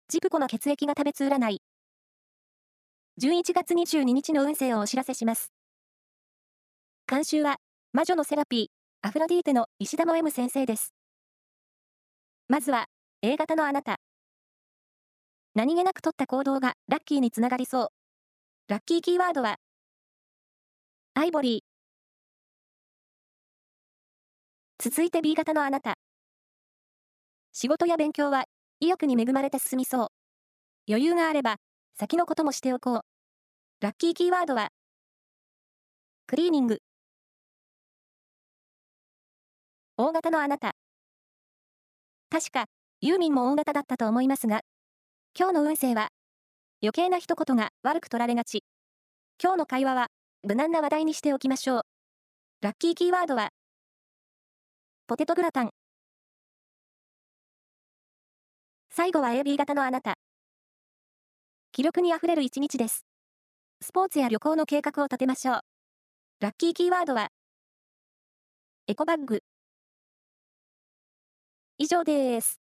ジプコの血液が食べつ占い。11月22日の運勢をお知らせします。監修は、魔女のセラピー、アフロディーテの石田も M 先生です。まずは、A 型のあなた。何気なく取った行動がラッキーにつながりそう。ラッキーキーワードは、アイボリー。続いて B 型のあなた。仕事や勉強は、意欲に恵まれて進みそう。余裕があれば、先のこともしておこう。ラッキーキーワードは、クリーニング。大型のあなた。確か、ユーミンも大型だったと思いますが、今日の運勢は、余計な一言が悪く取られがち。今日の会話は、無難な話題にしておきましょう。ラッキーキーワードは、ポテトグラタン。最後は AB 型のあなた。気力にあふれる一日です。スポーツや旅行の計画を立てましょう。ラッキーキーワードは、エコバッグ。以上です。